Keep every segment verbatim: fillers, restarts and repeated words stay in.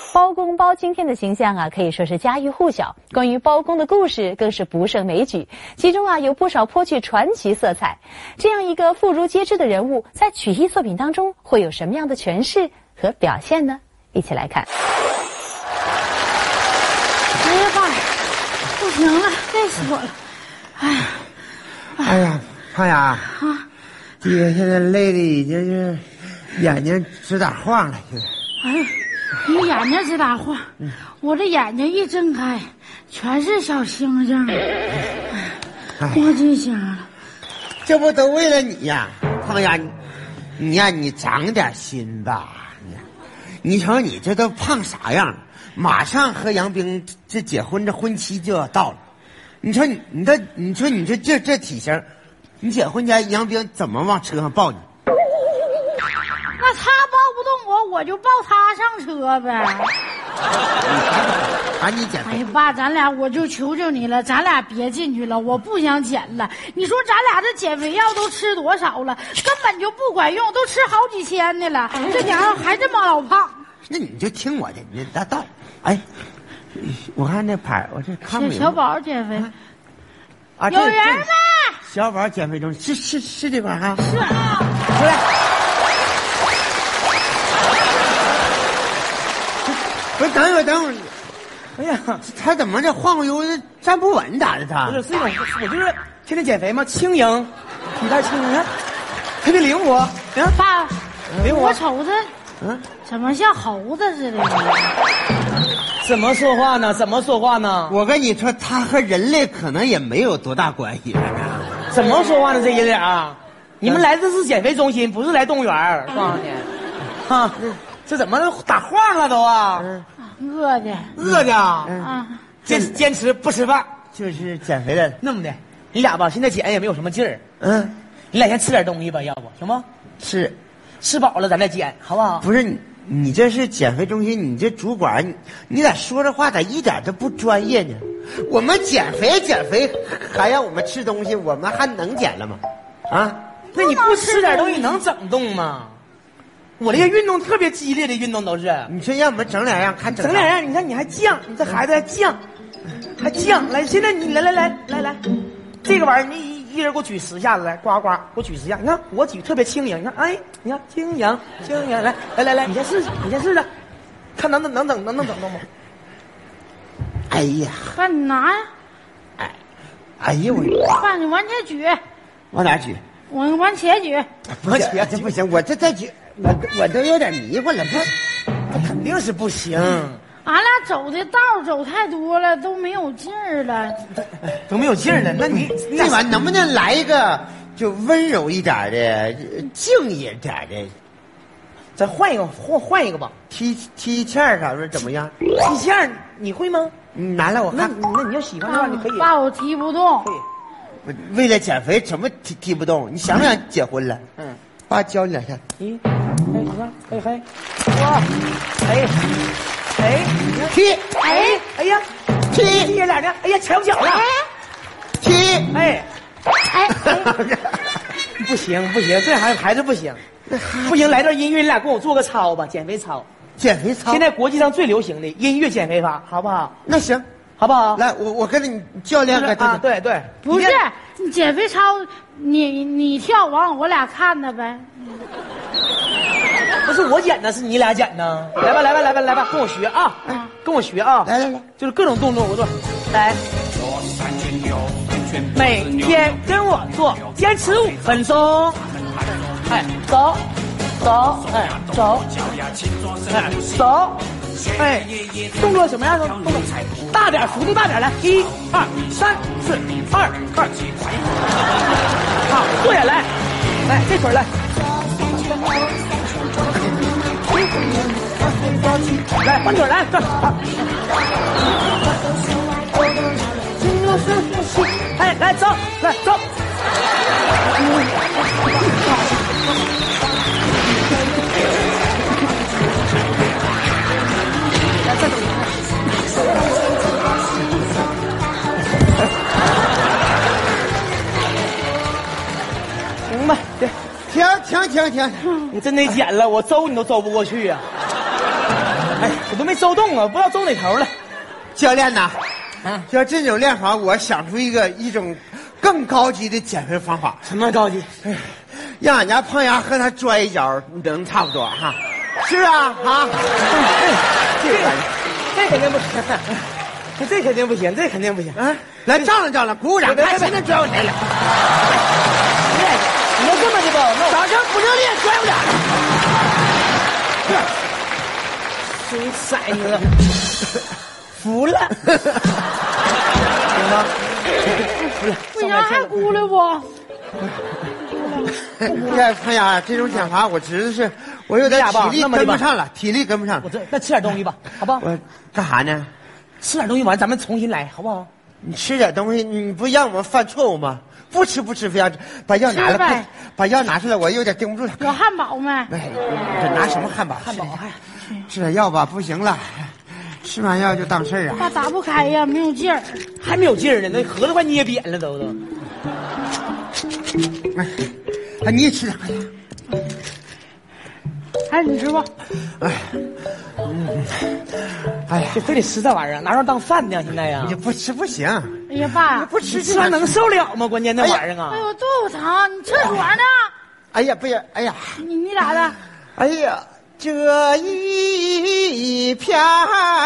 包公包青天的形象啊，可以说是家喻户晓。关于包公的故事更是不胜枚举，其中啊有不少颇具传奇色彩。这样一个妇孺皆知的人物，在曲艺作品当中会有什么样的诠释和表现呢？一起来看。 哎呀爸，不行了，累死我了！哎呀， 哎呀，胖雅啊，爹现在累的已经是眼睛直打晃了，现在。 哎，你眼睛直打晃，嗯、我这眼睛一睁开，全是小星星。哎，我这下了， 这不都为了你呀，胖雅，你你呀，你长点心吧。你瞅你这都胖啥样了？马上和杨冰这结婚，这婚期就要到了。你说你你这你说你这这这体型，你结婚前杨冰怎么往车上抱你？ 那他抱不动我，我就抱他上车呗。 啊，你减肥？ 哎呀，爸，咱俩我就求求你了，咱俩别进去了，我不想减了。你说咱俩这减肥药都吃多少了，根本就不管用，都吃好几千的了，这娘们还这么老胖。 那你就听我的，你达到。哎，我看那牌，我这看不明白。 小宝减肥啊， 有人吗？ 小宝减肥中是是是这块哈。 是啊。 出来。不是，等一会儿，等会儿。哎呀，他怎么这晃晃悠悠的站不稳？咋的他？ 不是，是一种，我就是天天减肥嘛，轻盈，体态轻盈，特别灵活。啊， 爸， 灵活。 我瞅着，嗯，怎么像猴子似的？ 怎么说话呢？怎么说话呢？ 我跟你说，他和人类可能也没有多大关系。 怎么说话呢？这爷俩，你们来的是减肥中心，不是来动物园。告诉你，哈，这怎么打晃了都啊？ 饿的， 饿的啊！ 啊， 坚坚持不吃饭， 就是减肥的。 那么的，你俩吧，现在减也没有什么劲儿。 嗯， 你俩先吃点东西吧，要不行吗？ 吃， 吃饱了咱再减，好不好？ 不是你，你这是减肥中心，你这主管，你你咋说这话咋一点都不专业呢？我们减肥减肥，还让我们吃东西，我们还能减了吗？啊？ 那你不吃点东西能整动吗？我这些运动特别激烈的运动都是， 你说让我们整两样，看整整两样，你看你还犟，你这孩子还犟，还犟。来，现在你来来来来来，这个玩意儿你一一人给我举十下子来，呱呱，给我举十下。你看我举特别轻盈，你看，哎，你看轻盈轻盈，来来来来，你先试试，你先试试，看能能能整能能整动吗？ 哎呀， 爸，你拿呀！ 哎，哎呀我， 爸，你往前举， 往哪举？ 我往前举。 不行，这不行，我这再举。我我都有点迷糊了，不， 那肯定是不行。 俺俩走的道走太多了，都没有劲儿了， 都没有劲儿了。那你那玩意能不能来一个就温柔一点的、静一点的？ 咱换一个，换换一个吧。 踢踢毽啥的怎么样？ 踢毽你会吗？ 你拿来我看。 那那你要喜欢的话，你可以。 爸，我踢不动。 可以。为了减肥，怎么踢踢不动？你想不想结婚了？嗯。爸教你两下。 一。哎，你看，哎嘿，哇，哎，哎， 踢， 哎，哎呀， 踢， 踢爷俩呢，哎呀，踩脚了， 踢， 哎， 哎， 不行不行，这孩子还是不行，不行，来段音乐，你俩给我做个操吧，减肥操， 减肥操， 现在国际上最流行的音乐减肥法，好不好？ 那行， 好不好？ 来，我我跟着你教练个啊，对对， 不是你减肥操，你你跳完我俩看着呗。 不是我剪的，是你俩剪的。来吧，来吧，来吧，来吧，跟我学啊！哎，跟我学啊！ 来来来， 就是各种动作我做。来，每天跟我做，坚持五分钟。哎，走，走，哎，走，哎，走，哎，动作什么样的动作？大点，幅度大点，来，一、二、三、四，二、二，好，坐下来，来，这腿来。来，换腿来，这好。哎，来走，来走。来，再走一下。行吧，对。 停停停停！ 你真得减了，我周你都周不过去呀、啊。 哎，我都没走动啊，不知道走哪头了。 教练呐， 嗯， 要这种练法，我想出一个一种更高级的减肥方法。 什么高级？ 哎，让俺家胖丫和他拽一脚，能差不多哈？是啊，啊， 这个这肯定不行，这肯定不行，这肯定不行。 啊，来丈量丈量，鼓鼓掌，看谁能拽我谁了。 你要这么的吧，那掌声不热烈，拽不了。 谁塞你了？服了，行吗？服了， 为啥还哭了不？ 这胖丫，这种减法我知道是，我有点体力跟不上了，体力跟不上了。 我这那吃点东西吧，好不好？ 我干啥呢？ 吃点东西完，咱们重新来，好不好？ 你吃点东西，你不让我们犯错误吗？不吃不吃，非要把药拿来，把药拿出来，我有点顶不住了。 有汉堡没？ 哎，这拿什么汉堡？ 汉堡还吃点药吧，不行了，吃完药就当事儿啊。 爸打不开呀，没有劲儿。 还没有劲儿呢，那盒子快捏扁了都都。 哎，哎，你也吃点，快点。 哎，你吃吧。 哎，嗯，哎呀， 就非得吃这玩意儿，拿着当饭呢？现在呀， 你不吃不行。 哎呀，爸， 不吃吃完能受了吗？关键那玩意儿啊！ 哎呦，肚子疼，你厕所呢？ 哎呀，不是，哎呀， 你你咋的？ 哎呀，这一片儿，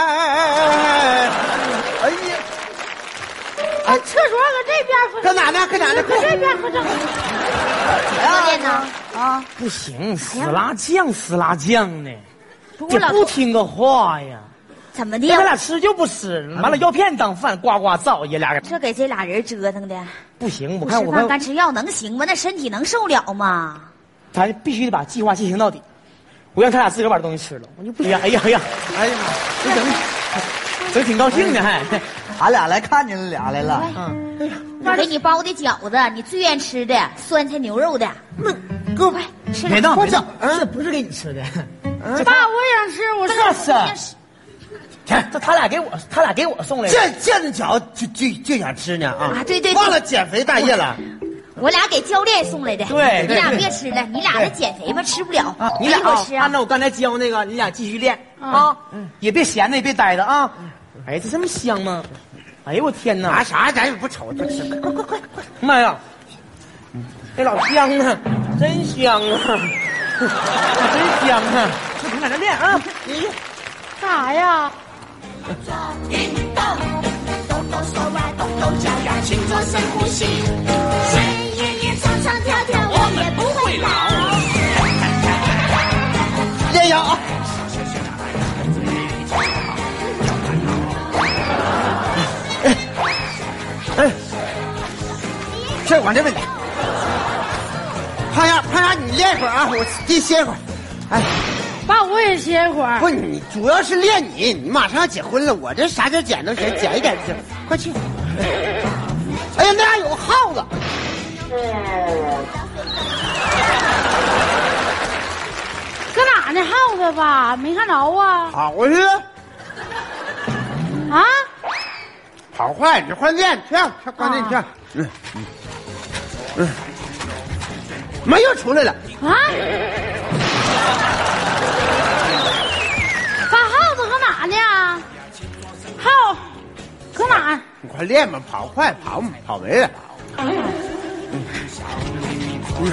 哎呀， 哎，厕所搁这边， 搁哪呢？搁哪呢？ 搁这边，搁这。 教练呢？啊， 不行，死拉酱，死拉酱呢，这不老不听个话呀！ 怎么的？ 咱俩吃就不吃，完了药片当饭，呱呱造，爷俩人这给这俩人折腾的， 不行。我不看我们吃饭干吃药能行吗？那身体能受了吗？ 咱必须得把计划进行到底。我让他俩自个儿把这东西吃了，我就不行。哎呀哎呀， 哎呀妈， 这整整挺高兴的还。 俺俩来看见了俩来了。 嗯， 我给你包的饺子，你最愿吃的酸菜牛肉的， 那给我快吃别点。 动别动，这不是给你吃的。 爸，我也想吃，我这说是，这这他俩给我，他俩给我送来的。 见见着脚就就就想吃呢啊！ 啊对对对忘了减肥大业了。 我俩给教练送来的。 对对你俩对别吃了，你俩这减肥吧吃不了。 啊，你俩啊给我吃，啊按照我刚才教那个，你俩继续练啊，也别闲着，也别呆着啊。哎，这这么香吗？哎呦我天哪！ 拿啥咱也不瞅，就吃，快快快快！ 妈呀，这老香啊，真香啊，真香啊！快停在这练啊！你干啥呀？ 运动，抖抖手啊，抖抖脚呀，勤做深呼吸。谁爷爷唱唱跳跳，我们不会老。 练腰啊！哎，这往这边来。胖丫，胖丫，你练一会儿啊，我先歇一会儿。哎， 爸，我也歇一会儿。 不，你主要是练你，你马上要结婚了，我这啥时候减都行，减一点就行，快去。哎呀，那样有个耗子。 搁哪呢？耗子吧，没看着啊。 跑过去。 啊？ 跑快，你快练，去，去，快练，去。嗯嗯嗯，妈又出来了。 啊？把耗子搁哪呢？耗，搁哪？ 你快练吧，跑快，跑跑没了。嗯嗯。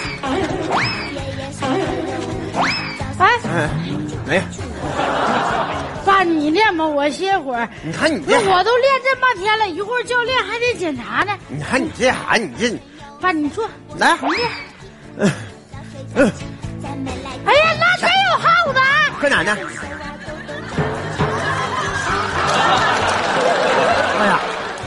哎， 嗯，没有。 爸，你练吧，我歇会儿。 你看你这， 我都练这半天了，一会儿教练还得检查呢。 你看你这啥？你这， 爸，你坐， 来， 你练。 嗯嗯， 哎呀，那真有耗子！ 搁哪呢？哎呀，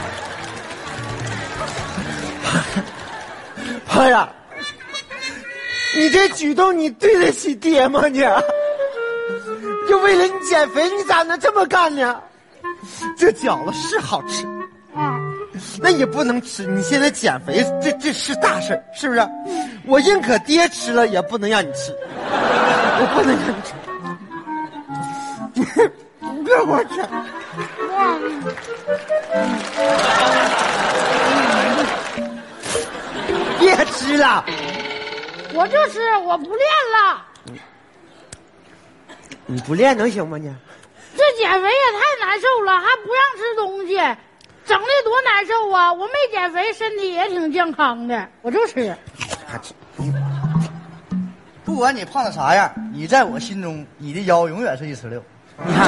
哎呀，你这举动你对得起爹吗？你，就为了你减肥，你咋能这么干呢？这饺子是好吃， 啊， 那也不能吃。你现在减肥，这这是大事，是不是？我认可爹吃了，也不能让你吃，我不能让你吃。你别给我吃。别吃了， 我就吃，我不练了。 你不练能行吗你？ 这减肥也太难受了，还不让吃东西，整的多难受啊！我没减肥，身体也挺健康的，我就吃。 不管你胖的啥样，你在我心中，你的腰永远是一尺六。 你看，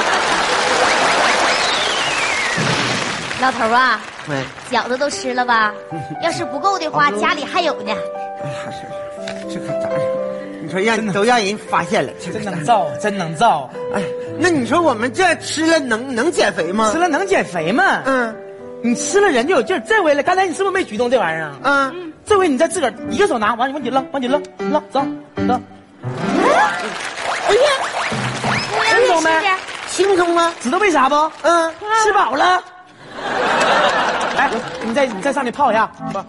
老头啊， 喂， 饺子都吃了吧？要是不够的话，家里还有呢。 哎呀，这这可咋整？你说让都让人发现了，这真能造，真能造。 哎，那你说我们这吃了能能减肥吗？ 吃了能减肥吗？ 嗯， 你吃了人就有劲儿。这回了，刚才你是不是没举动这玩意儿啊？ 嗯， 这回你再自个儿一个手拿，完你往起扔，往起扔，扔走走。 哎呀， 轻松没？ 轻松啊！ 知道为啥不？ 嗯， 吃饱了。来，你再你再上去泡一下，不？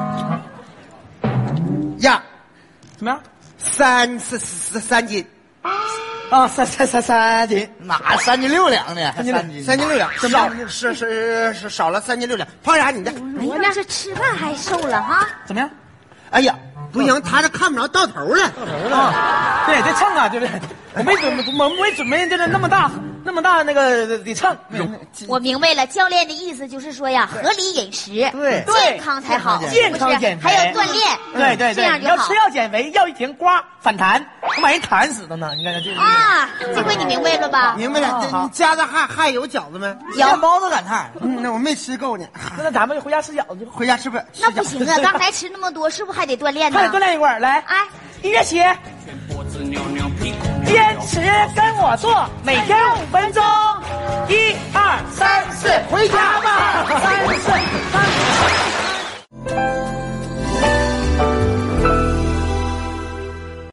呀， 怎么样？ 三三三三斤。 啊，三三三三斤， 哪三斤六两呢？ 三斤六三斤六两，少是是是少了三斤六两。胖啥你的？ 我那是吃饭还瘦了哈。 怎么样？ 哎呀，不行，他这看不着到头了。 到头了啊！对，这秤啊，对不对？我没准备，我没准备这个那么大那么大那个得秤。 我明白了，教练的意思就是说呀，合理饮食， 对健康才好， 健康减肥， 还有锻炼， 对对对， 这样就好要吃。药减肥，要一停呱反弹，我把人弹死的呢。你看看这啊，这回你明白了吧？ 明白了，这你家的还还有饺子没？ 面包都赶趟。 嗯，那我没吃够呢， 那咱们回家吃饺子去吧。 回家吃不？ 那不行啊，刚才吃那么多，是不是还得锻炼呢？ 还得锻炼一会儿。来， 哎， 音乐起，坚持跟我做，每天五分钟，一二三四，回家吧，三四三。